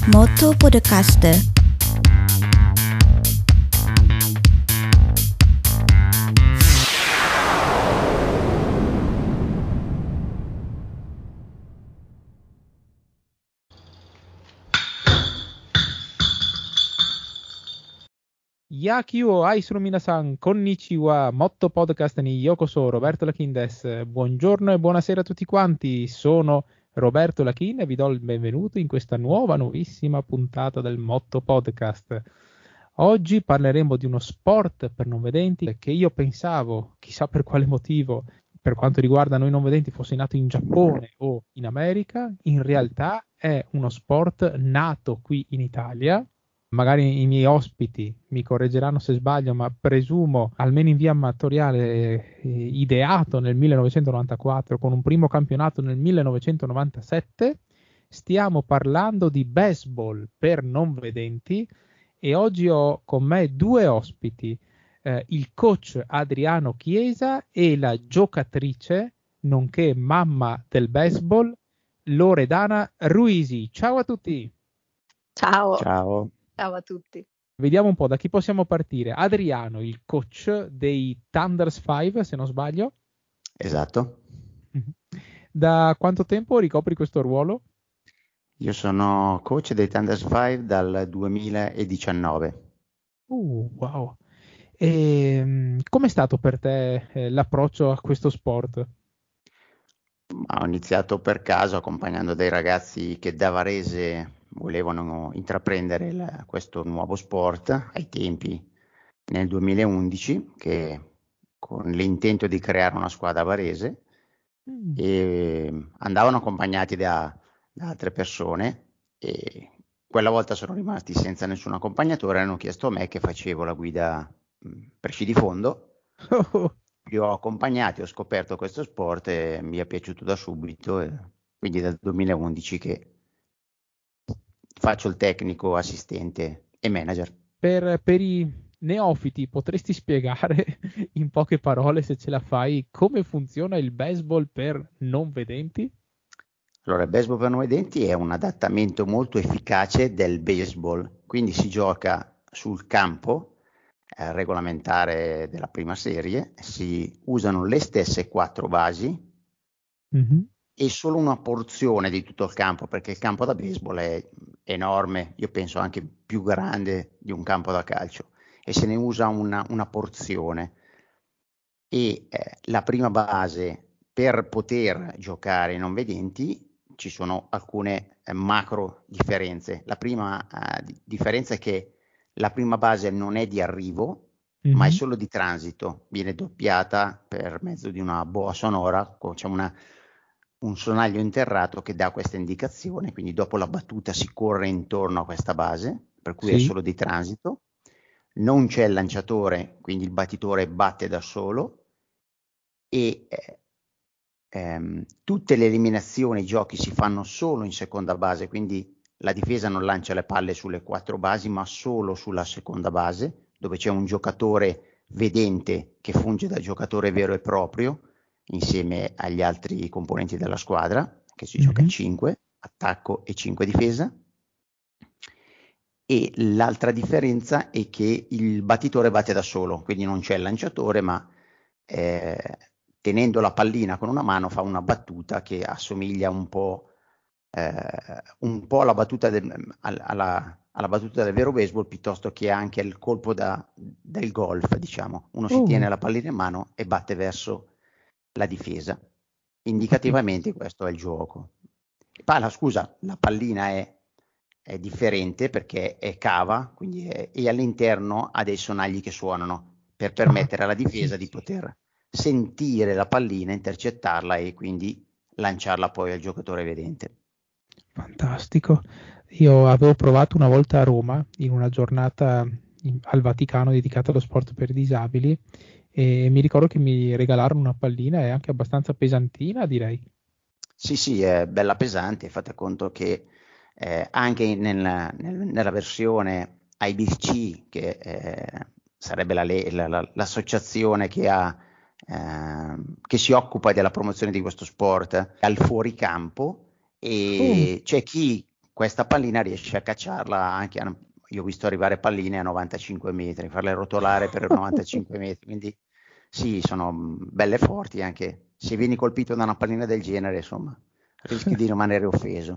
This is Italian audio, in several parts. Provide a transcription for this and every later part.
Moto Podcast. Yakio Aisuru Minasan, konnichiwa, Motto Podcast ni yokoso, Roberto Lachin des. Buongiorno e buonasera a tutti quanti, sono Roberto Lachin e vi do il benvenuto in questa nuovissima puntata del Motto Podcast. Oggi parleremo di uno sport per non vedenti che io pensavo, chissà per quale motivo, per quanto riguarda noi non vedenti, fosse nato in Giappone o in America. In realtà è uno sport nato qui in Italia. Magari i miei ospiti mi correggeranno se sbaglio, ma presumo, almeno in via amatoriale, ideato nel 1994 con un primo campionato nel 1997. Stiamo parlando di baseball per non vedenti e oggi ho con me due ospiti, il coach Adriano Chiesa e la giocatrice, nonché mamma del baseball, Loredana Ruisi. Ciao a tutti! Ciao. Ciao. Ciao a tutti. Vediamo un po' da chi possiamo partire. Adriano, il coach dei Thunders 5, se non sbaglio. Esatto. Da quanto tempo ricopri questo ruolo? Io sono coach dei Thunders 5 dal 2019. Wow. E com'è stato per te l'approccio a questo sport? Ho iniziato per caso accompagnando dei ragazzi che da Varese volevano intraprendere questo nuovo sport ai tempi nel 2011, che con l'intento di creare una squadra a Varese, e andavano accompagnati da altre persone, e quella volta sono rimasti senza nessun accompagnatore e hanno chiesto a me, che facevo la guida per sci di fondo. Li ho accompagnati, ho scoperto questo sport e mi è piaciuto da subito, e quindi dal 2011 che faccio il tecnico, assistente e manager. Per i neofiti, potresti spiegare in poche parole, se ce la fai, come funziona il baseball per non vedenti? Allora, il baseball per non vedenti è un adattamento molto efficace del baseball, quindi si gioca sul campo regolamentare della prima serie, si usano le stesse 4 basi e solo una porzione di tutto il campo, perché il campo da baseball è enorme, io penso anche più grande di un campo da calcio, e se ne usa una porzione. E la prima base, per poter giocare ai non vedenti, ci sono alcune macro differenze. La prima differenza è che la prima base non è di arrivo, ma è solo di transito, viene doppiata per mezzo di una boa sonora, c'è un sonaglio interrato che dà questa indicazione, quindi dopo la battuta si corre intorno a questa base, per cui è solo di transito, non c'è il lanciatore, quindi il battitore batte da solo, e tutte le eliminazioni, i giochi si fanno solo in seconda base, quindi la difesa non lancia le palle sulle 4 basi, ma solo sulla seconda base, dove c'è un giocatore vedente che funge da giocatore vero e proprio, insieme agli altri componenti della squadra, che si gioca a 5, attacco e 5 difesa. E l'altra differenza è che il battitore batte da solo, quindi non c'è il lanciatore, ma tenendo la pallina con una mano fa una battuta che assomiglia un po' alla battuta alla battuta del vero baseball, piuttosto che anche al colpo del golf, diciamo. Uno si tiene la pallina in mano e batte verso la difesa. Indicativamente questo è il gioco. Scusa, la pallina è differente perché è cava, quindi e all'interno ha dei sonagli che suonano per permettere alla difesa di poter sentire la pallina, intercettarla e quindi lanciarla poi al giocatore vedente. Fantastico. Io avevo provato una volta a Roma in una giornata al Vaticano dedicata allo sport per disabili e mi ricordo che mi regalarono una pallina, è anche abbastanza pesantina, direi. Sì, è bella pesante, fate conto che anche nella versione IBC, che sarebbe l'associazione che si occupa della promozione di questo sport, al fuoricampo, e c'è chi questa pallina riesce a cacciarla anche io ho visto arrivare palline a 95 metri, farle rotolare per 95 metri, quindi sì, sono belle forti anche. Se vieni colpito da una pallina del genere, insomma, rischi di rimanere offeso.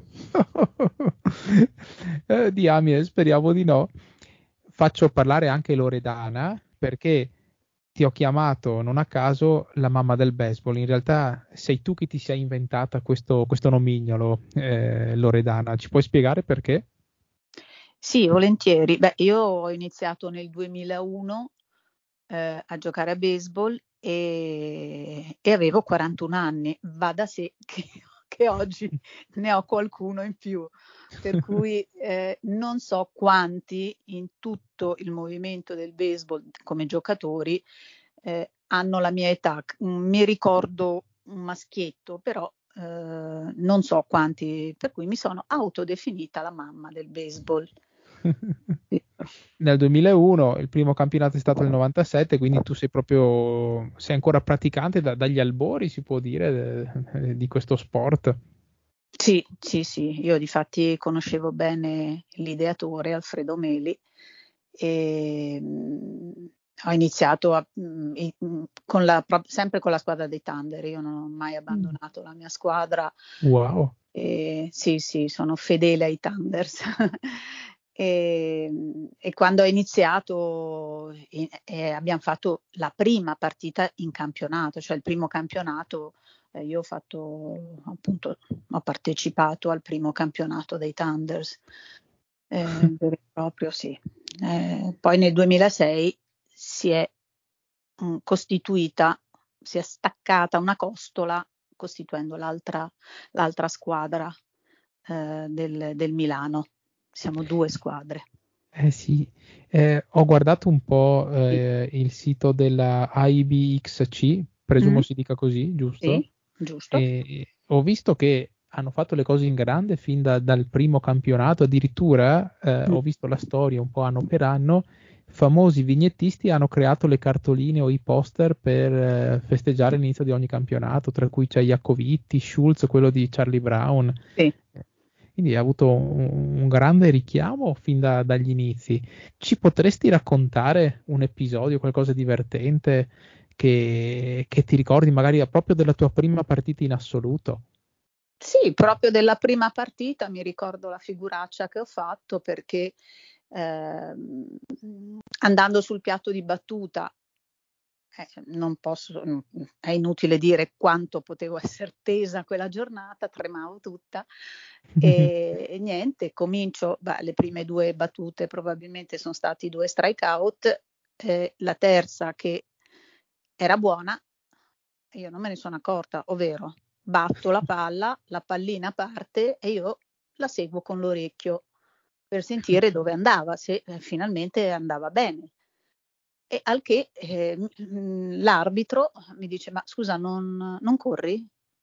Diamine, speriamo di no. Faccio parlare anche Loredana perché ti ho chiamato non a caso la mamma del baseball. In realtà sei tu che ti sei inventata questo nomignolo, Loredana. Ci puoi spiegare perché? Sì, volentieri. Beh, io ho iniziato nel 2001 a giocare a baseball e avevo 41 anni. Va da sé che oggi ne ho qualcuno in più, per cui non so quanti in tutto il movimento del baseball come giocatori hanno la mia età. Mi ricordo un maschietto, però non so quanti, per cui mi sono autodefinita la mamma del baseball. Sì. Nel 2001 il primo campionato è stato nel 97, quindi tu sei ancora praticante dagli albori, si può dire, di questo sport. Sì, io difatti conoscevo bene l'ideatore Alfredo Meli e ho iniziato sempre con la squadra dei Thunder. Io non ho mai abbandonato la mia squadra. Wow. Sì, sono fedele ai Thunders. E quando ho iniziato abbiamo fatto la prima partita in campionato, cioè il primo campionato. Io ho partecipato al primo campionato dei Thunders, proprio sì. Poi nel 2006 si è staccata una costola costituendo l'altra squadra del Milano. Siamo 2 squadre. Sì, ho guardato un po' il sito della IBXC, presumo si dica così, giusto? Sì, giusto. E ho visto che hanno fatto le cose in grande fin dal primo campionato, addirittura ho visto la storia un po' anno per anno, famosi vignettisti hanno creato le cartoline o i poster per festeggiare l'inizio di ogni campionato, tra cui c'è Iacovitti, Schulz, quello di Charlie Brown. Sì. Quindi ha avuto un grande richiamo fin dagli inizi. Ci potresti raccontare un episodio, qualcosa di divertente che ti ricordi magari proprio della tua prima partita in assoluto? Sì, proprio della prima partita mi ricordo la figuraccia che ho fatto perché andando sul piatto di battuta è inutile dire quanto potevo essere tesa quella giornata, tremavo tutta e niente, comincio, le prime 2 battute probabilmente sono stati 2 strikeout, la terza che era buona, io non me ne sono accorta, ovvero batto la palla, la pallina parte e io la seguo con l'orecchio per sentire dove andava, se finalmente andava bene. E al che l'arbitro mi dice: ma scusa, non corri?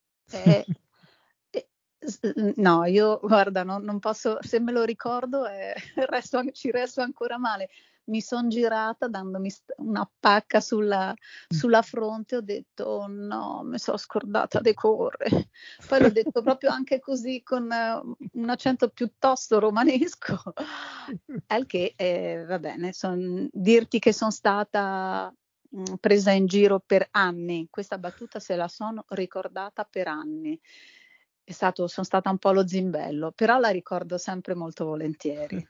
No, io guarda, non posso, se me lo ricordo ci resto ancora male. Mi son girata dandomi una pacca sulla fronte, ho detto: "Oh no, mi so scordata de corre". Poi l'ho detto proprio anche così con un accento piuttosto romanesco, al che va bene, dirti che son stata presa in giro per anni. Questa battuta se la sono ricordata per anni. Sono stata un po' lo zimbello, però la ricordo sempre molto volentieri.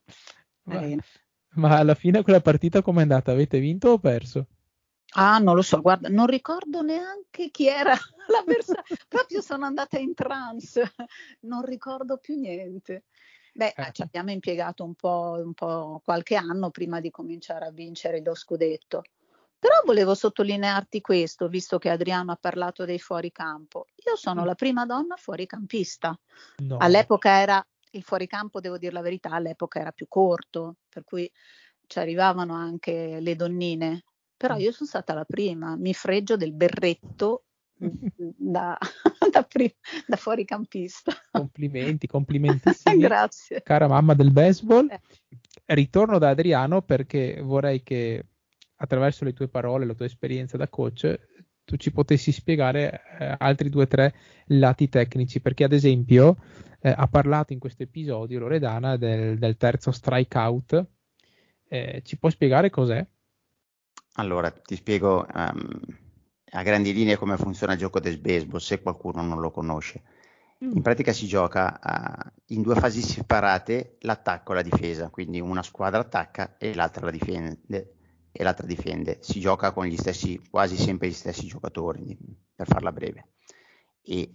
Ma alla fine quella partita com'è andata? Avete vinto o perso? Non lo so, guarda, non ricordo neanche chi era l'avversario, proprio sono andata in trance, non ricordo più niente. Ci abbiamo impiegato un po' qualche anno prima di cominciare a vincere lo scudetto. Però volevo sottolinearti questo, visto che Adriano ha parlato dei fuoricampo. Io sono la prima donna fuoricampista. No. All'epoca il fuoricampo, devo dire la verità, all'epoca era più corto, per cui ci arrivavano anche le donnine. Però io sono stata la prima, mi fregio del berretto da fuoricampista. Complimentissimi. Grazie. Cara mamma del baseball. Ritorno da Adriano perché vorrei che attraverso le tue parole, la tua esperienza da coach, tu ci potessi spiegare altri 2 o 3 lati tecnici, perché ad esempio ha parlato in questo episodio, Loredana, del terzo strikeout. Ci puoi spiegare cos'è? Allora, ti spiego a grandi linee come funziona il gioco del baseball, se qualcuno non lo conosce. In pratica si gioca in due fasi separate, l'attacco e la difesa, quindi una squadra attacca e l'altra difende. Si gioca con quasi sempre gli stessi giocatori, per farla breve. E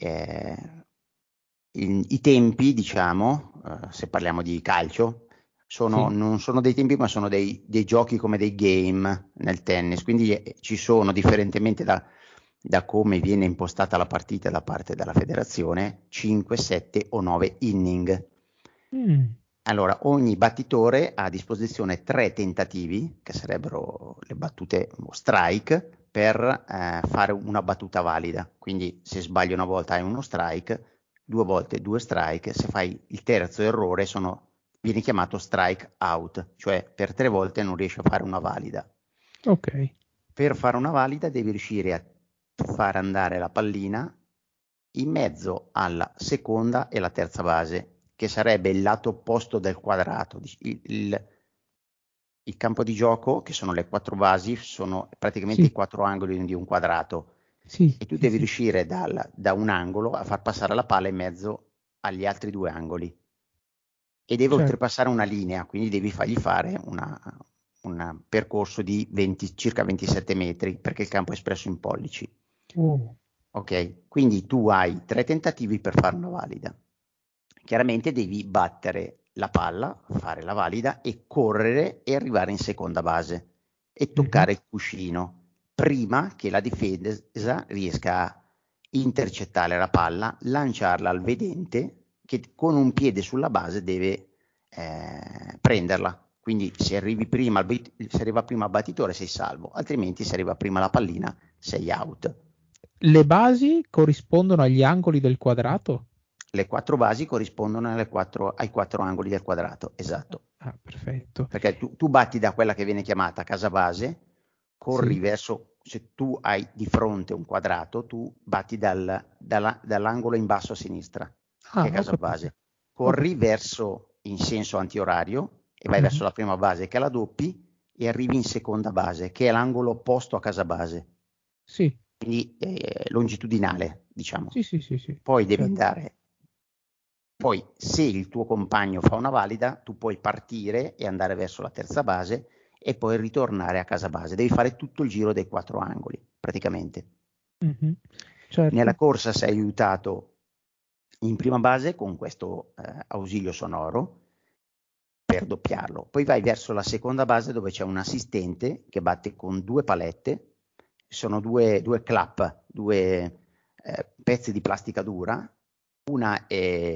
i tempi, diciamo, se parliamo di calcio, non sono dei tempi, ma sono dei giochi come dei game nel tennis, quindi ci sono, differentemente da come viene impostata la partita da parte della federazione, 5, 7 o 9 inning. Allora, ogni battitore ha a disposizione 3 tentativi, che sarebbero le battute strike, per fare una battuta valida. Quindi se sbagli una volta hai uno strike, 2 volte 2 strike, se fai il terzo errore viene chiamato strike out, cioè per 3 volte non riesci a fare una valida. Ok. Per fare una valida devi riuscire a far andare la pallina in mezzo alla seconda e la terza base, che sarebbe il lato opposto del quadrato. Il campo di gioco, che sono le 4 basi, sono praticamente i 4 angoli di un quadrato. E tu devi riuscire da un angolo a far passare la palla in mezzo agli altri 2 angoli. E deve oltrepassare una linea, quindi devi fargli fare un percorso di circa 27 metri, perché il campo è espresso in pollici. Ok, quindi tu hai 3 tentativi per fare una valida. Chiaramente devi battere la palla, fare la valida e correre e arrivare in seconda base e toccare il cuscino prima che la difesa riesca a intercettare la palla, lanciarla al vedente che con un piede sulla base deve prenderla. Quindi se arriva prima il battitore sei salvo, altrimenti se arriva prima la pallina sei out. Le basi corrispondono agli angoli del quadrato? Le 4 basi corrispondono ai 4 angoli del quadrato, esatto. Ah, perfetto. Perché tu batti da quella che viene chiamata casa base, corri verso, se tu hai di fronte un quadrato, tu batti dall'angolo in basso a sinistra, che è casa base. Corri verso in senso antiorario e vai verso la prima base, che è la doppi, e arrivi in seconda base, che è l'angolo opposto a casa base. Sì. Quindi longitudinale, diciamo. Sì. Poi devi andare. Poi se il tuo compagno fa una valida, tu puoi partire e andare verso la terza base e poi ritornare a casa base. Devi fare tutto il giro dei 4 angoli, praticamente. Nella corsa sei aiutato in prima base con questo ausilio sonoro per doppiarlo. Poi vai verso la seconda base dove c'è un assistente che batte con 2 palette. Sono due clap, 2 pezzi di plastica dura. Una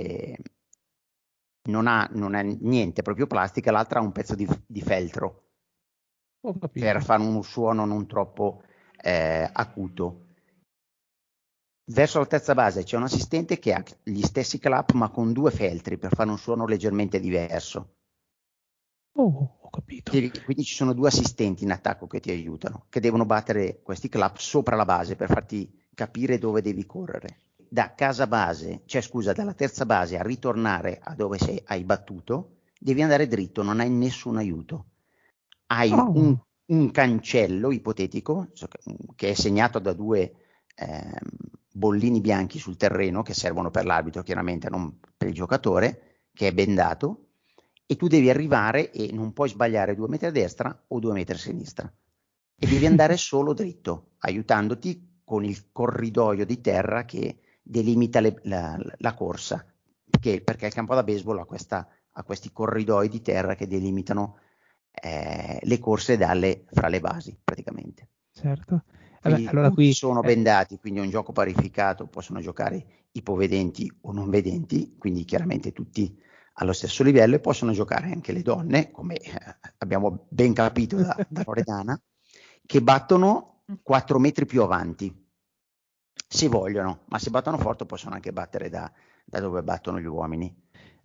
non ha niente, proprio plastica, l'altra ha un pezzo di feltro per fare un suono non troppo acuto. Verso la terza base c'è un assistente che ha gli stessi clap ma con 2 feltri per fare un suono leggermente diverso. Ho capito. Quindi ci sono 2 assistenti in attacco che ti aiutano, che devono battere questi clap sopra la base per farti capire dove devi correre. Da casa base, dalla terza base a ritornare a dove hai battuto, devi andare dritto, non hai nessun aiuto. Hai un cancello ipotetico che è segnato da 2 bollini bianchi sul terreno che servono per l'arbitro, chiaramente non per il giocatore, che è bendato, e tu devi arrivare e non puoi sbagliare 2 metri a destra o 2 metri a sinistra. E devi andare solo dritto, aiutandoti con il corridoio di terra che delimita la corsa, perché il campo da baseball ha questi corridoi di terra che delimitano le corse fra le basi praticamente. Certo. Quindi allora tutti sono bendati, quindi è un gioco parificato, possono giocare ipovedenti o non vedenti, quindi chiaramente tutti allo stesso livello, e possono giocare anche le donne, come abbiamo ben capito da Loredana, che battono 4 metri più avanti, se vogliono, ma se battono forte possono anche battere da dove battono gli uomini.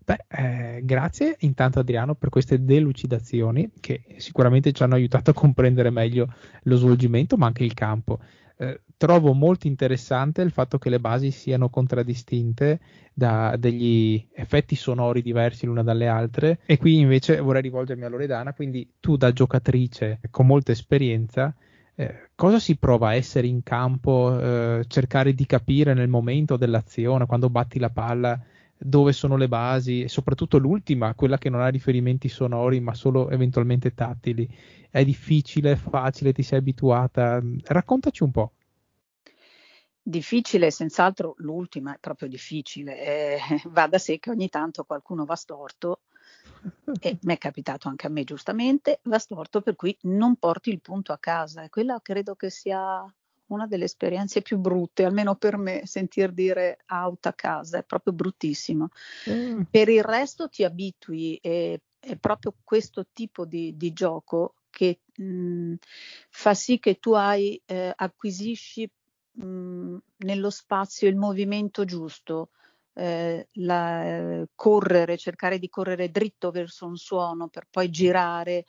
Grazie intanto Adriano per queste delucidazioni che sicuramente ci hanno aiutato a comprendere meglio lo svolgimento ma anche il campo. Trovo molto interessante il fatto che le basi siano contraddistinte da degli effetti sonori diversi l'una dalle altre, e qui invece vorrei rivolgermi a Loredana, quindi tu da giocatrice con molta esperienza, cosa si prova a essere in campo, cercare di capire nel momento dell'azione, quando batti la palla, dove sono le basi, e soprattutto l'ultima, quella che non ha riferimenti sonori ma solo eventualmente tattili. È difficile, facile, ti sei abituata? Raccontaci un po'. Difficile, senz'altro l'ultima è proprio difficile. Va da sé che ogni tanto qualcuno va storto, e mi è capitato anche a me giustamente, va storto per cui non porti il punto a casa, e quella credo che sia una delle esperienze più brutte, almeno per me, sentir dire out a casa, è proprio bruttissimo. Per il resto ti abitui, e è proprio questo tipo di gioco che fa sì che tu acquisisci nello spazio il movimento giusto, correre, cercare di correre dritto verso un suono per poi girare.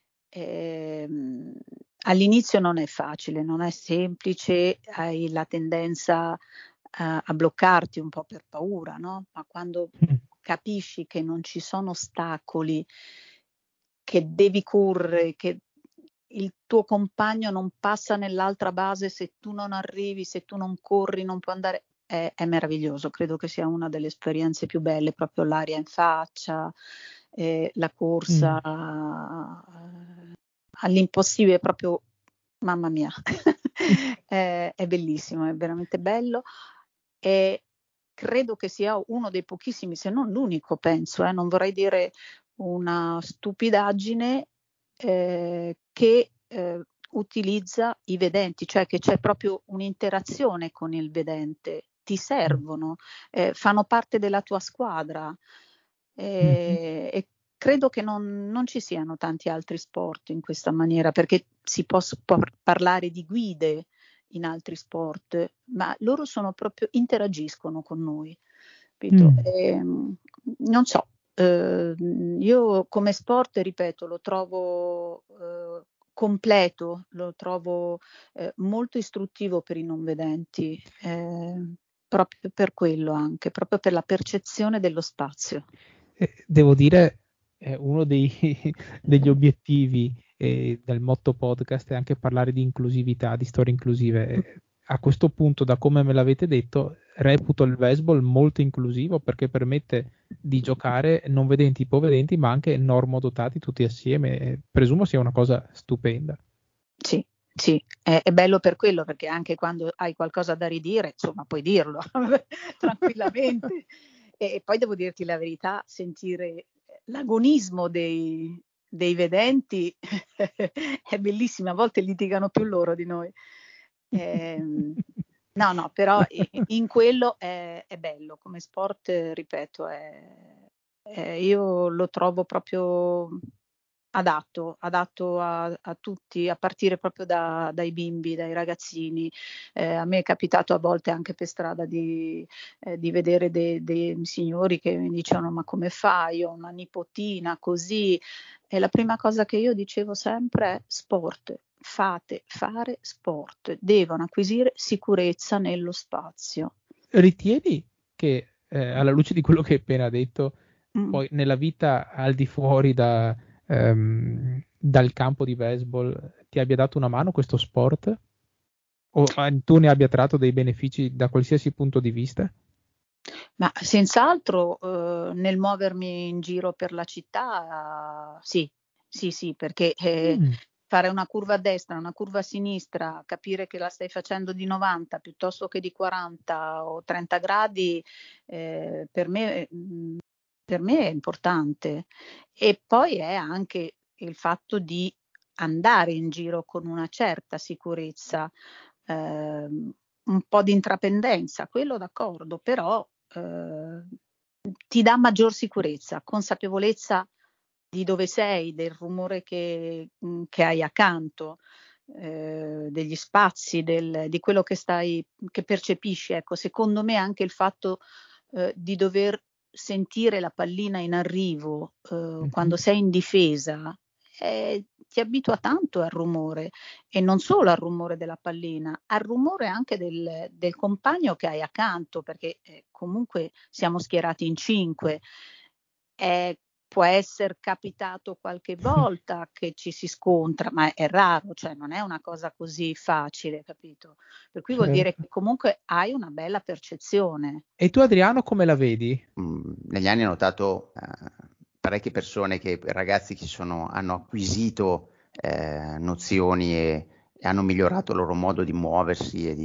All'inizio non è facile, non è semplice, hai la tendenza a bloccarti un po' per paura, no? Ma quando capisci che non ci sono ostacoli, che devi correre, che il tuo compagno non passa nell'altra base se tu non arrivi, se tu non corri, non puoi andare. È meraviglioso, credo che sia una delle esperienze più belle, proprio l'aria in faccia, la corsa all'impossibile, proprio mamma mia, è bellissimo, è veramente bello, e credo che sia uno dei pochissimi, se non l'unico, penso, non vorrei dire una stupidaggine, che utilizza i vedenti, cioè che c'è proprio un'interazione con il vedente, ti servono, fanno parte della tua squadra, e credo che non ci siano tanti altri sport in questa maniera, perché si può parlare di guide in altri sport, ma loro interagiscono con noi, capito? Non so, io come sport, ripeto, lo trovo completo, lo trovo molto istruttivo per i non vedenti, proprio per quello, anche proprio per la percezione dello spazio. Devo dire, uno degli obiettivi del motto podcast è anche parlare di inclusività, di storie inclusive. A questo punto, da come me l'avete detto, reputo il baseball molto inclusivo perché permette di giocare non vedenti, ipovedenti, ma anche normodotati tutti assieme. Presumo sia una cosa stupenda. Sì, sì, è bello per quello, perché anche quando hai qualcosa da ridire, insomma, puoi dirlo tranquillamente. E poi devo dirti la verità, sentire l'agonismo dei vedenti è bellissimo, a volte litigano più loro di noi. No, però in quello è bello, come sport, ripeto, io lo trovo proprio adatto a tutti, a partire proprio dai bimbi, dai ragazzini. A me è capitato a volte anche per strada di vedere dei signori che mi dicevano: ma come fai? Io ho una nipotina così. E la prima cosa che io dicevo sempre è: sport, fare sport, devono acquisire sicurezza nello spazio. Ritieni che, alla luce di quello che hai appena detto, poi nella vita al di fuori dal campo di baseball ti abbia dato una mano questo sport? O tu ne abbia tratto dei benefici da qualsiasi punto di vista? Ma senz'altro, nel muovermi in giro per la città, sì, perché fare una curva a destra, una curva a sinistra, capire che la stai facendo di 90 piuttosto che di 40 o 30 gradi, per me è importante. E poi è anche il fatto di andare in giro con una certa sicurezza, un po' di intraprendenza, quello d'accordo, però ti dà maggior sicurezza, consapevolezza di dove sei, del rumore che hai accanto, degli spazi, di quello che percepisci. Ecco, secondo me anche il fatto di dover sentire la pallina in arrivo quando sei in difesa, ti abitua tanto al rumore, e non solo al rumore della pallina, al rumore anche del compagno che hai accanto, perché comunque siamo schierati in 5. Può essere capitato qualche volta che ci si scontra, ma è raro, cioè non è una cosa così facile, capito? Per cui vuol dire che comunque hai una bella percezione. E tu, Adriano, come la vedi? Negli anni ho notato parecchie persone, ragazzi che hanno acquisito nozioni e hanno migliorato il loro modo di muoversi e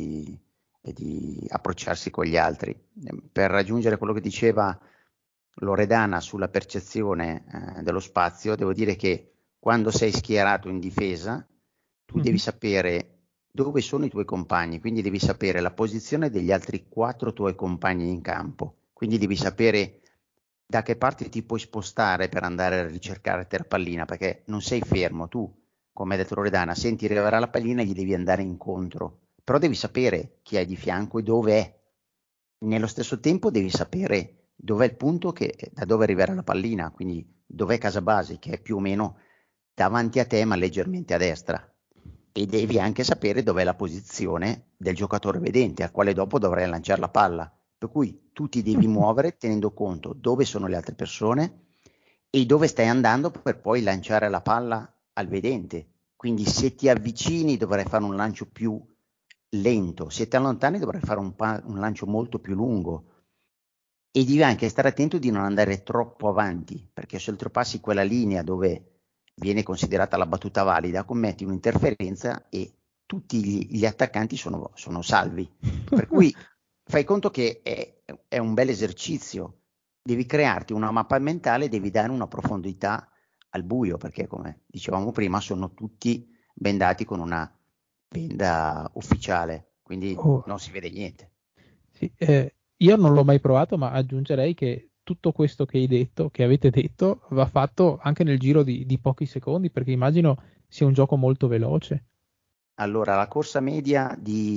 di approcciarsi con gli altri. Per raggiungere quello che diceva Loredana sulla percezione dello spazio, devo dire che quando sei schierato in difesa, tu devi sapere dove sono i tuoi compagni, quindi devi sapere la posizione degli altri 4 tuoi compagni in campo, quindi devi sapere da che parte ti puoi spostare per andare a ricercare la pallina, perché non sei fermo, tu, come ha detto Loredana, senti arrivare la pallina e gli devi andare incontro, però devi sapere chi hai di fianco e dove è. Nello stesso tempo devi sapere dov'è il punto da dove arriverà la pallina, quindi dov'è casa base, che è più o meno davanti a te ma leggermente a destra, e devi anche sapere dov'è la posizione del giocatore vedente al quale dopo dovrai lanciare la palla, per cui tu ti devi muovere tenendo conto dove sono le altre persone e dove stai andando per poi lanciare la palla al vedente. Quindi se ti avvicini dovrai fare un lancio più lento, se ti allontani dovrai fare un lancio molto più lungo, e devi anche stare attento di non andare troppo avanti, perché se oltrepassi quella linea dove viene considerata la battuta valida, commetti un'interferenza e tutti gli attaccanti sono salvi. Per cui fai conto che è un bel esercizio, devi crearti una mappa mentale, devi dare una profondità al buio, perché come dicevamo prima sono tutti bendati con una benda ufficiale, quindi non si vede niente. Sì, io non l'ho mai provato, ma aggiungerei che tutto questo che avete detto, va fatto anche nel giro di pochi secondi, perché immagino sia un gioco molto veloce. Allora, la corsa media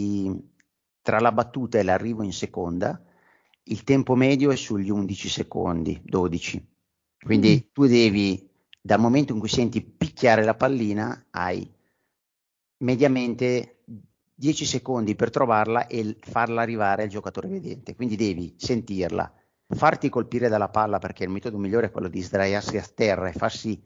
tra la battuta e l'arrivo in seconda, il tempo medio è sugli 11 secondi, 12. Quindi tu devi, dal momento in cui senti picchiare la pallina, hai mediamente 10 secondi per trovarla e farla arrivare al giocatore vedente. Quindi devi sentirla, farti colpire dalla palla, perché il metodo migliore è quello di sdraiarsi a terra e farsi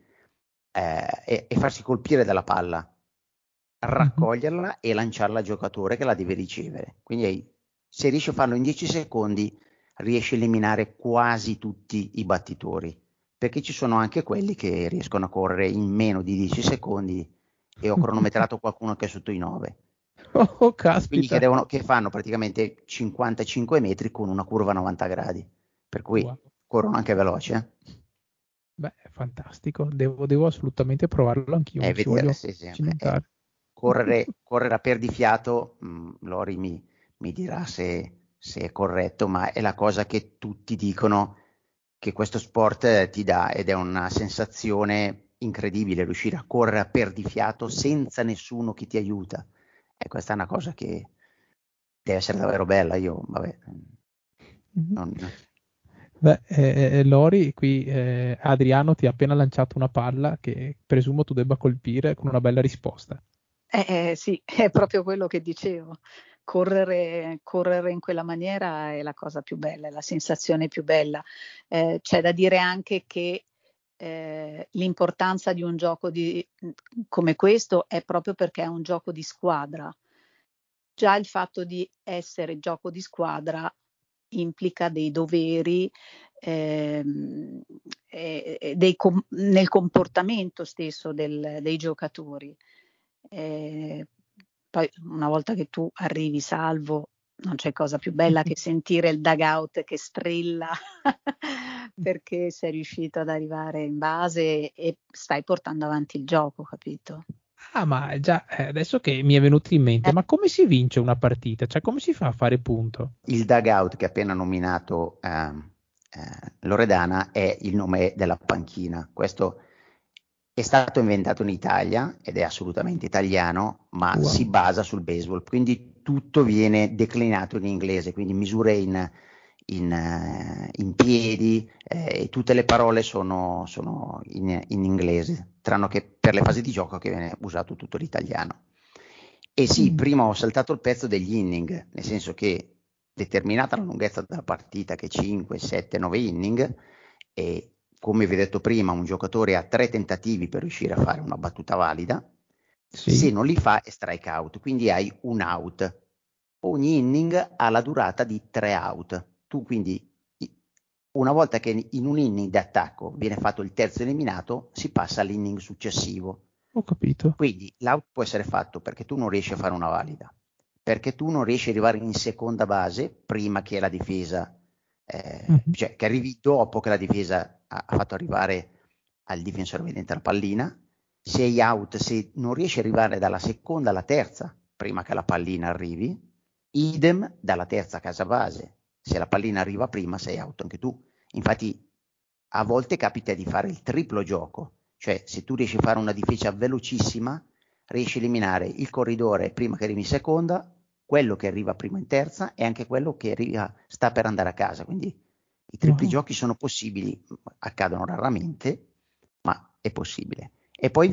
colpire dalla palla, raccoglierla e lanciarla al giocatore che la deve ricevere. Quindi se riesci a farlo in 10 secondi riesci a eliminare quasi tutti i battitori, perché ci sono anche quelli che riescono a correre in meno di 10 secondi, e ho cronometrato qualcuno che è sotto i 9. Oh, caspita. Quindi che fanno praticamente 55 metri con una curva a 90 gradi, per cui corrono anche veloce. Beh, è fantastico, devo assolutamente provarlo anch'io. Correre a perdifiato, Lori mi dirà se è corretto, ma è la cosa che tutti dicono che questo sport ti dà, ed è una sensazione incredibile riuscire a correre a perdifiato senza nessuno che ti aiuta, e questa è una cosa che deve essere davvero bella. Io vabbè, Lori, qui Adriano ti ha appena lanciato una palla che presumo tu debba colpire con una bella risposta. Sì, è proprio quello che dicevo. Correre in quella maniera è la cosa più bella, è la sensazione più bella. C'è da dire anche che l'importanza di un gioco come questo è proprio perché è un gioco di squadra. Già il fatto di essere gioco di squadra implica dei doveri nel comportamento stesso dei giocatori. Poi una volta che tu arrivi salvo, non c'è cosa più bella che sentire il dugout che strilla perché sei riuscito ad arrivare in base e stai portando avanti il gioco, capito? Ah, ma già, adesso che mi è venuto in mente, ma come si vince una partita? Cioè, come si fa a fare punto? Il dugout che ha appena nominato Loredana è il nome della panchina. Questo è stato inventato in Italia ed è assolutamente italiano, ma si basa sul baseball, quindi tutto viene declinato in inglese, quindi misure in in piedi, e tutte le parole sono in inglese, tranne che per le fasi di gioco che viene usato tutto l'italiano. E sì, prima ho saltato il pezzo degli inning, nel senso che determinata la lunghezza della partita, che 5, 7, 9 inning, e come vi ho detto prima, un giocatore ha 3 tentativi per riuscire a fare una battuta valida, se non li fa è strike out, quindi hai un out. Ogni inning ha la durata di 3 out. Tu quindi, una volta che in un inning d'attacco viene fatto il terzo eliminato, si passa all'inning successivo. Ho capito. Quindi l'out può essere fatto perché tu non riesci a fare una valida, perché tu non riesci ad arrivare in seconda base prima che la difesa, cioè che arrivi dopo che la difesa ha fatto arrivare al difensore vedente la pallina. Sei out se non riesci ad arrivare dalla seconda alla terza prima che la pallina arrivi, idem dalla terza a casa base. Se la pallina arriva prima sei out anche tu. Infatti a volte capita di fare il triplo gioco, cioè se tu riesci a fare una difesa velocissima riesci a eliminare il corridore prima che arrivi in seconda, quello che arriva prima in terza e anche quello che sta per andare a casa. Quindi i tripli giochi sono possibili, accadono raramente, ma è possibile. E poi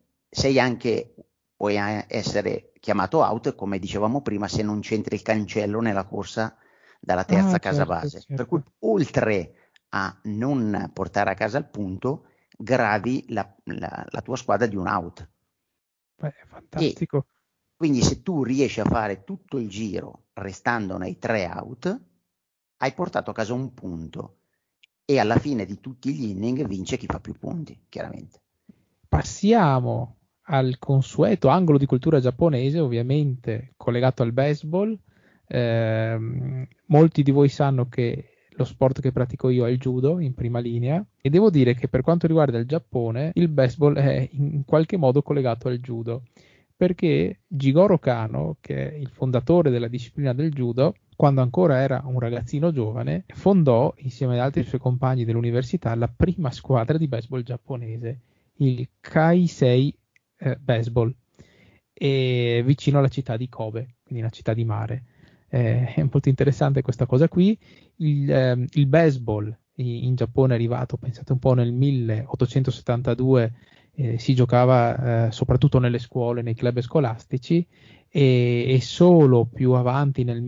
puoi essere chiamato out, come dicevamo prima, se non c'entri il cancello nella corsa dalla terza casa base. Certo. Per cui oltre a non portare a casa il punto, gravi la tua squadra di un out. Beh, fantastico. E quindi se tu riesci a fare tutto il giro restando nei 3 out, hai portato a casa un punto e alla fine di tutti gli inning vince chi fa più punti, chiaramente. Passiamo al consueto angolo di cultura giapponese, ovviamente collegato al baseball. Molti di voi sanno che lo sport che pratico io è il judo in prima linea, e devo dire che per quanto riguarda il Giappone il baseball è in qualche modo collegato al judo, perché Jigoro Kano, che è il fondatore della disciplina del judo, quando ancora era un ragazzino giovane, fondò insieme ad altri suoi compagni dell'università la prima squadra di baseball giapponese, il Kaisei Baseball, e vicino alla città di Kobe, quindi una città di mare. È molto interessante questa cosa qui. Il baseball in Giappone è arrivato, pensate un po', nel 1872, si giocava soprattutto nelle scuole, nei club scolastici, e solo più avanti nel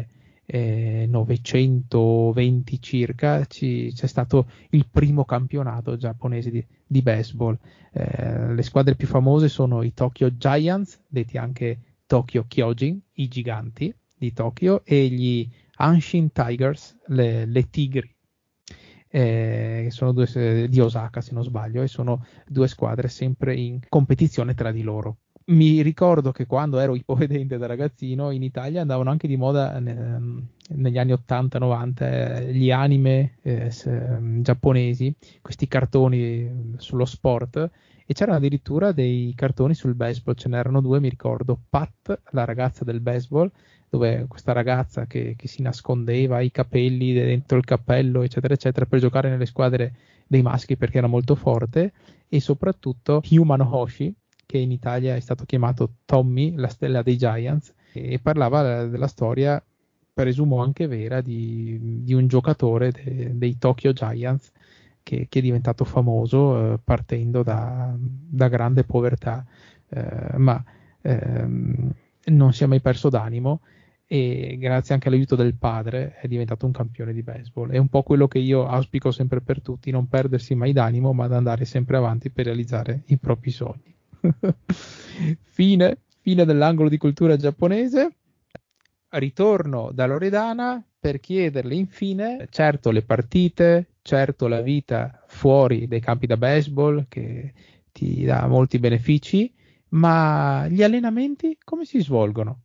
1920 circa c'è stato il primo campionato giapponese di baseball. Le squadre più famose sono i Tokyo Giants, detti anche Tokyo Kyojin, i giganti di Tokyo, e gli Hanshin Tigers, le tigri, sono due di Osaka se non sbaglio, e sono due squadre sempre in competizione tra di loro. Mi ricordo che quando ero ipovedente da ragazzino in Italia andavano anche di moda negli anni 80-90 gli anime giapponesi, questi cartoni sullo sport, e c'erano addirittura dei cartoni sul baseball. Ce n'erano due, mi ricordo Pat, la ragazza del baseball, dove questa ragazza che si nascondeva i capelli dentro il cappello eccetera eccetera per giocare nelle squadre dei maschi perché era molto forte, e soprattutto Humano Hoshi, che in Italia è stato chiamato Tommy, la stella dei Giants, e parlava della storia, presumo anche vera, di un giocatore dei Tokyo Giants che è diventato famoso partendo da grande povertà, ma non si è mai perso d'animo, e grazie anche all'aiuto del padre è diventato un campione di baseball. È un po' quello che io auspico sempre per tutti: non perdersi mai d'animo, ma ad andare sempre avanti per realizzare i propri sogni. Fine dell'angolo di cultura giapponese. Ritorno da Loredana per chiederle infine, certo le partite, certo la vita fuori dai campi da baseball che ti dà molti benefici, ma gli allenamenti come si svolgono?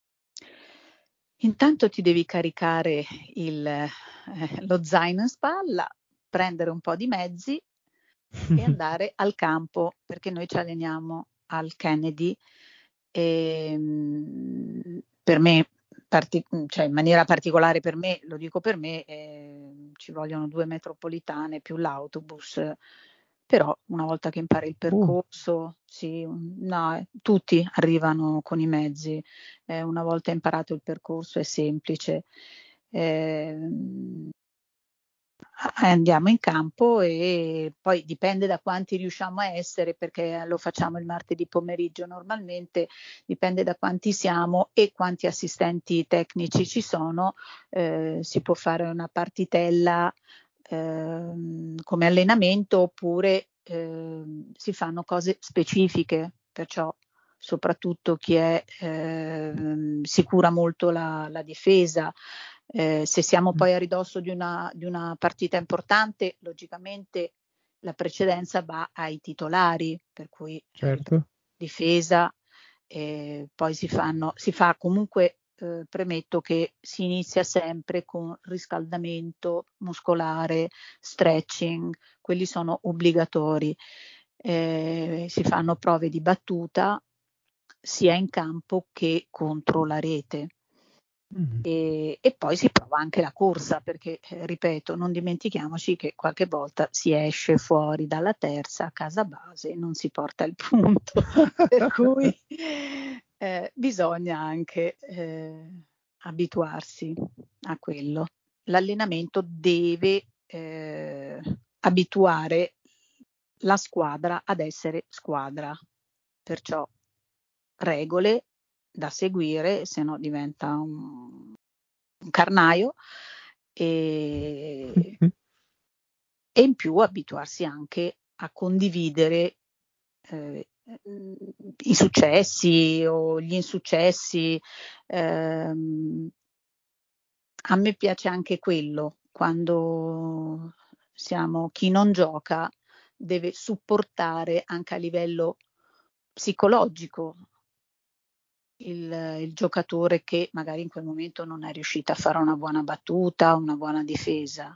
Intanto ti devi caricare lo zaino in spalla, prendere un po' di mezzi e andare al campo, perché noi ci alleniamo al Kennedy, e per me, cioè in maniera particolare per me, lo dico per me, ci vogliono 2 metropolitane più l'autobus, però una volta che impari il percorso, sì, no, tutti arrivano con i mezzi, una volta imparato il percorso è semplice. Andiamo in campo e poi dipende da quanti riusciamo a essere, perché lo facciamo il martedì pomeriggio normalmente, dipende da quanti siamo e quanti assistenti tecnici ci sono, si può fare una partitella come allenamento, oppure si fanno cose specifiche, perciò soprattutto chi si cura molto la difesa. Se siamo poi a ridosso di una partita importante, logicamente la precedenza va ai titolari, per cui Certo. difesa, poi si fa comunque, premetto che si inizia sempre con riscaldamento muscolare, stretching, quelli sono obbligatori. Si fanno prove di battuta sia in campo che contro la rete. E poi si prova anche la corsa, perché ripeto, non dimentichiamoci che qualche volta si esce fuori dalla terza a casa base e non si porta il punto, per cui bisogna anche abituarsi a quello. L'allenamento deve abituare la squadra ad essere squadra, perciò regole da seguire, se no diventa un carnaio, e in più abituarsi anche a condividere i successi o gli insuccessi. A me piace anche quello, quando chi non gioca deve supportare anche a livello psicologico il giocatore che magari in quel momento non è riuscito a fare una buona battuta, una buona difesa,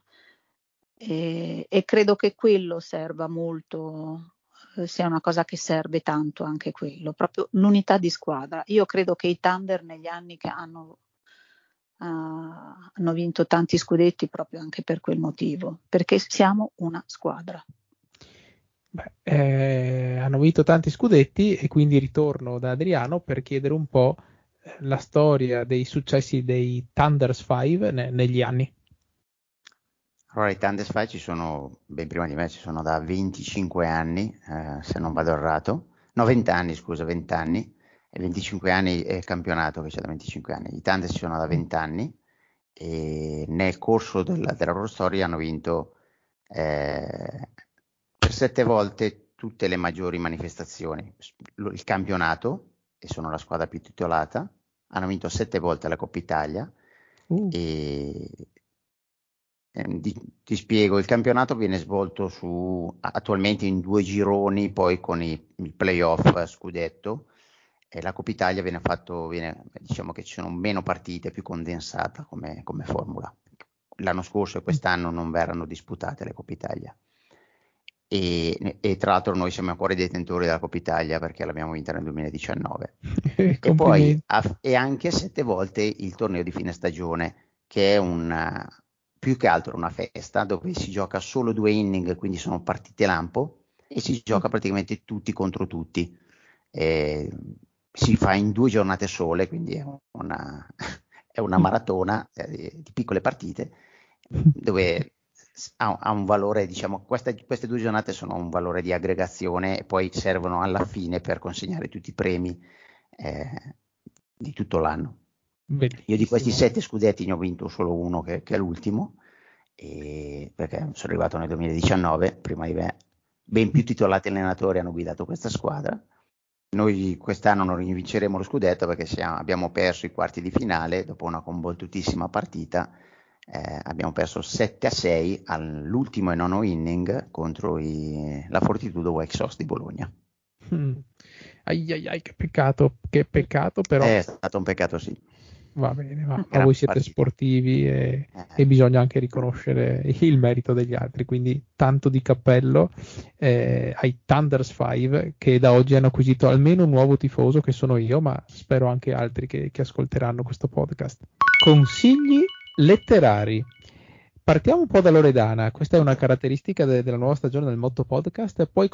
e credo che quello serva molto, sia una cosa che serve tanto, anche quello, proprio l'unità di squadra. Io credo che i Thunder negli anni che hanno vinto tanti scudetti proprio anche per quel motivo, perché siamo una squadra. Hanno vinto tanti scudetti e quindi ritorno da Adriano per chiedere un po' la storia dei successi dei Thunders 5 negli anni. Allora, i Thunders 5 ci sono, ben prima di me, ci sono da 25 anni, se non vado errato. No, 20 anni, scusa, 20 anni. E 25 anni è il campionato che c'è da 25 anni. I Thunders ci sono da 20 anni e nel corso della loro storia hanno vinto per 7 volte tutte le maggiori manifestazioni. Il campionato, e sono la squadra più titolata, hanno vinto 7 volte la Coppa Italia e ti spiego, il campionato viene svolto attualmente in 2 gironi, poi con il playoff scudetto, e la Coppa Italia diciamo che ci sono meno partite, più condensata come formula. L'anno scorso e quest'anno non verranno disputate le Coppa Italia. E tra l'altro noi siamo ancora i detentori della Coppa Italia perché l'abbiamo vinta nel 2019. E poi e anche 7 volte il torneo di fine stagione, che è più che altro una festa dove si gioca solo 2 inning, quindi sono partite lampo e si gioca praticamente tutti contro tutti. Si fa in 2 giornate sole, quindi è una maratona di piccole partite dove ha un valore, diciamo, queste 2 giornate sono un valore di aggregazione e poi servono alla fine per consegnare tutti i premi di tutto l'anno. Bellissimo. Io di questi 7 scudetti ne ho vinto solo uno che è l'ultimo, perché sono arrivato nel 2019, prima di me ben più titolati allenatori hanno guidato questa squadra. Noi quest'anno non rivinceremo lo scudetto perché abbiamo perso i quarti di finale dopo una combattutissima partita. Abbiamo perso 7-6 all'ultimo e 9 inning contro la Fortitudo White Sox di Bologna. Che peccato però. È stato un peccato, sì. Va bene, ma voi siete partita. Sportivi e bisogna anche riconoscere il merito degli altri, quindi tanto di cappello ai Thunders 5 che da oggi hanno acquisito almeno un nuovo tifoso, che sono io, ma spero anche altri che ascolteranno questo podcast. Consigli letterari. Partiamo un po' da Loredana. Questa è una caratteristica della nuova stagione del Motto Podcast. Puoi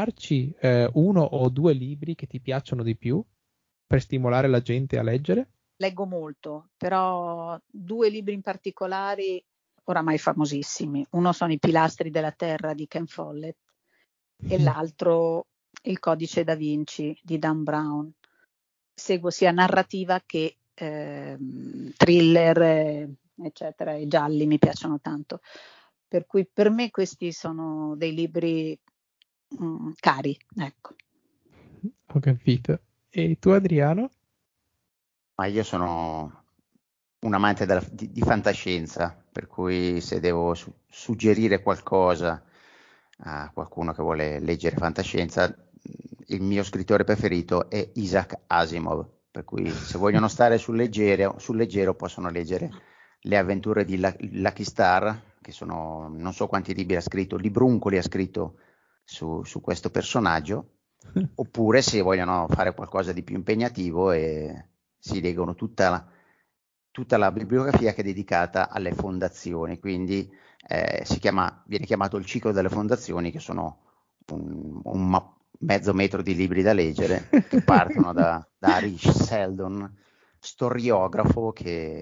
consigliarci 1 o 2 libri che ti piacciono di più per stimolare la gente a leggere? leggo molto, però 2 libri in particolare oramai famosissimi. Uno sono I pilastri della terra di Ken Follett e l'altro Il codice da Vinci di Dan Brown. Seguo sia narrativa che thriller, eccetera, e gialli mi piacciono tanto. Per cui per me questi sono dei libri cari, ecco. Ho capito. E tu, Adriano? Ma io sono un amante di fantascienza, per cui se devo suggerire qualcosa a qualcuno che vuole leggere fantascienza, il mio scrittore preferito è Isaac Asimov, per cui se vogliono stare sul leggero possono leggere Le avventure di Lucky Star, che sono non so quanti libri ha scritto, libruncoli ha scritto su questo personaggio, oppure se vogliono fare qualcosa di più impegnativo si leggono tutta la bibliografia che è dedicata alle fondazioni, quindi viene chiamato il ciclo delle fondazioni, che sono un mezzo metro di libri da leggere, che partono da Rich Seldon, storiografo che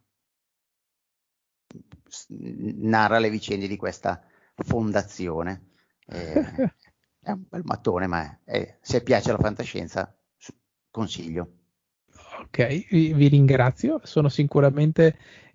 narra le vicende di questa fondazione. È un bel mattone, ma se piace la fantascienza, consiglio. Ok, vi ringrazio, sono sicuramente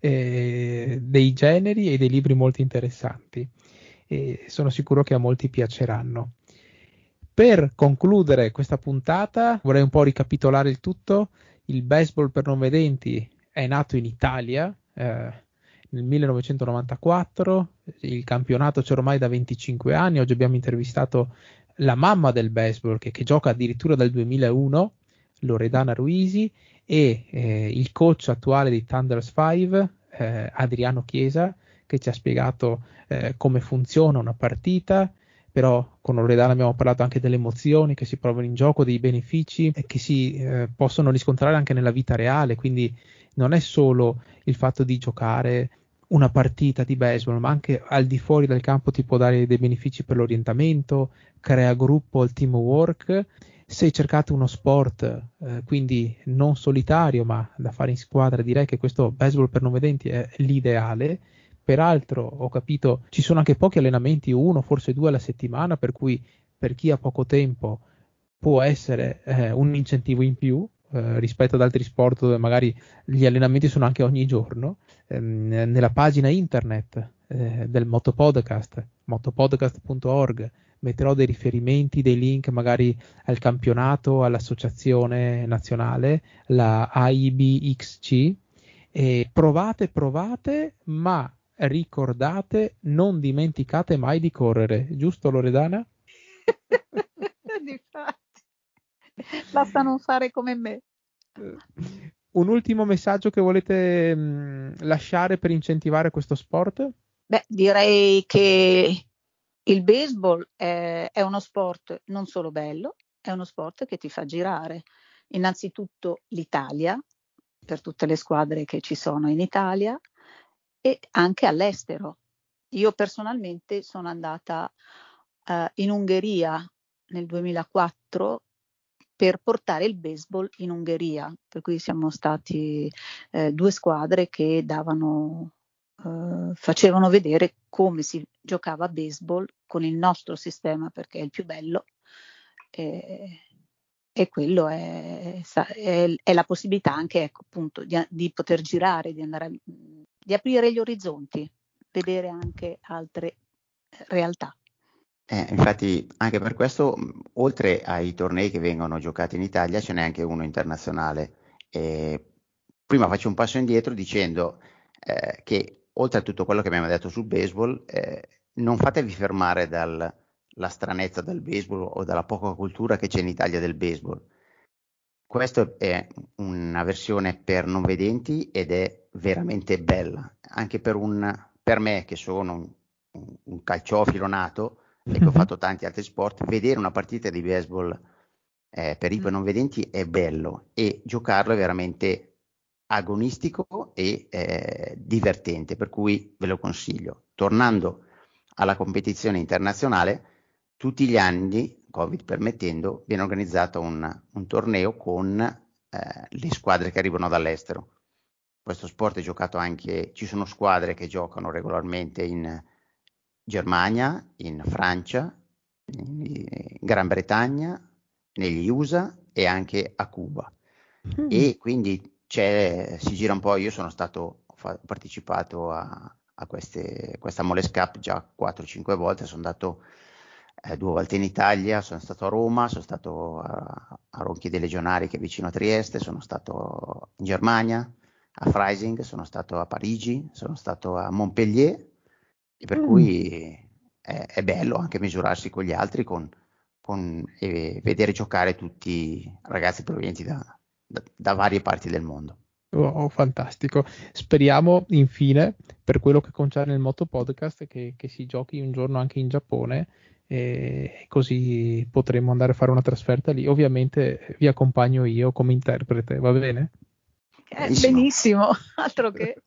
dei generi e dei libri molto interessanti e sono sicuro che a molti piaceranno. Per concludere questa puntata vorrei un po' ricapitolare il tutto. Il baseball per non vedenti è nato in Italia nel 1994, il campionato c'è ormai da 25 anni, oggi abbiamo intervistato la mamma del baseball che gioca addirittura dal 2001, Loredana Ruisi, e il coach attuale di Thunders 5, Adriano Chiesa, che ci ha spiegato come funziona una partita, però con Loredana abbiamo parlato anche delle emozioni che si provano in gioco, dei benefici che si possono riscontrare anche nella vita reale, quindi non è solo il fatto di giocare una partita di baseball, ma anche al di fuori del campo ti può dare dei benefici per l'orientamento, crea gruppo, il teamwork. Se cercate uno sport, quindi non solitario, ma da fare in squadra, direi che questo baseball per non vedenti è l'ideale. Peraltro, ho capito, ci sono anche pochi allenamenti, 1, forse 2 alla settimana, per cui per chi ha poco tempo può essere un incentivo in più rispetto ad altri sport dove magari gli allenamenti sono anche ogni giorno. Nella pagina internet del Motopodcast, motopodcast.org, metterò dei riferimenti, dei link magari al campionato, all'associazione nazionale, la AIBXC, e provate, ma ricordate, non dimenticate mai di correre, giusto Loredana? Difatti, basta non fare come me. Un ultimo messaggio che volete lasciare per incentivare questo sport? Beh, direi che il baseball è uno sport non solo bello, è uno sport che ti fa girare. Innanzitutto l'Italia, per tutte le squadre che ci sono in Italia, e anche all'estero. Io personalmente sono andata in Ungheria nel 2004 per portare il baseball in Ungheria, per cui siamo stati 2 squadre che facevano vedere come si giocava a baseball con il nostro sistema, perché è il più bello, e quello è la possibilità anche, ecco, appunto, di poter girare, di aprire gli orizzonti, vedere anche altre realtà. Infatti anche per questo, oltre ai tornei che vengono giocati in Italia, ce n'è anche uno internazionale. Prima faccio un passo indietro dicendo che oltre a tutto quello che abbiamo detto sul baseball, non fatevi fermare dalla stranezza del baseball o dalla poca cultura che c'è in Italia del baseball. Questa è una versione per non vedenti ed è veramente bella, anche per me che sono un calciofilo nato e che ho fatto tanti altri sport. Vedere una partita di baseball per i non vedenti è bello, e giocarlo è veramente agonistico e divertente, per cui ve lo consiglio. Tornando alla competizione internazionale, tutti gli anni, Covid permettendo, viene organizzato un torneo con le squadre che arrivano dall'estero. Questo sport è giocato anche, ci sono squadre che giocano regolarmente in Germania, in Francia, in Gran Bretagna, negli USA e anche a Cuba. E quindi si gira un po'. Io ho partecipato a questa Moles Cup già 4-5 volte, sono andato 2 volte in Italia, sono stato a Roma, sono stato a Ronchi dei Legionari che è vicino a Trieste, sono stato in Germania, a Freising, sono stato a Parigi, sono stato a Montpellier, e per cui è bello anche misurarsi con gli altri e vedere giocare tutti ragazzi provenienti da varie parti del mondo. Oh, fantastico. Speriamo infine, per quello che concerne il Moto Podcast, che si giochi un giorno anche in Giappone, e così potremo andare a fare una trasferta lì. Ovviamente vi accompagno io come interprete, va bene? Benissimo, altro che.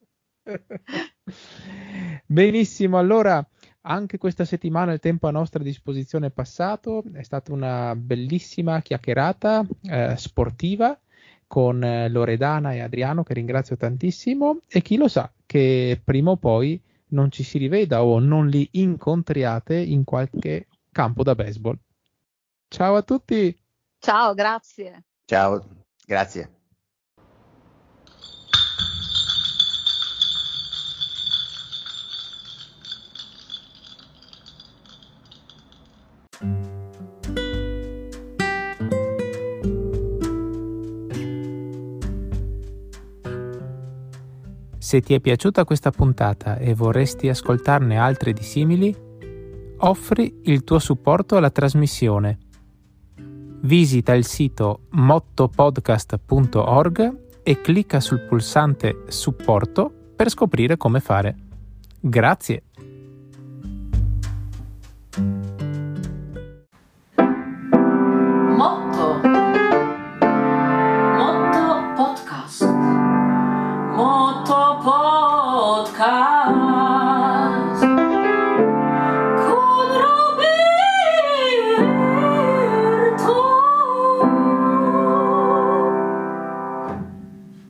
Benissimo, allora anche questa settimana il tempo a nostra disposizione è passato, è stata una bellissima chiacchierata sportiva con Loredana e Adriano, che ringrazio tantissimo, e chi lo sa che prima o poi non ci si riveda o non li incontriate in qualche campo da baseball. Ciao a tutti! Ciao, grazie! Ciao, grazie! Se ti è piaciuta questa puntata e vorresti ascoltarne altre di simili, offri il tuo supporto alla trasmissione. Visita il sito mottopodcast.org e clicca sul pulsante supporto per scoprire come fare. Grazie!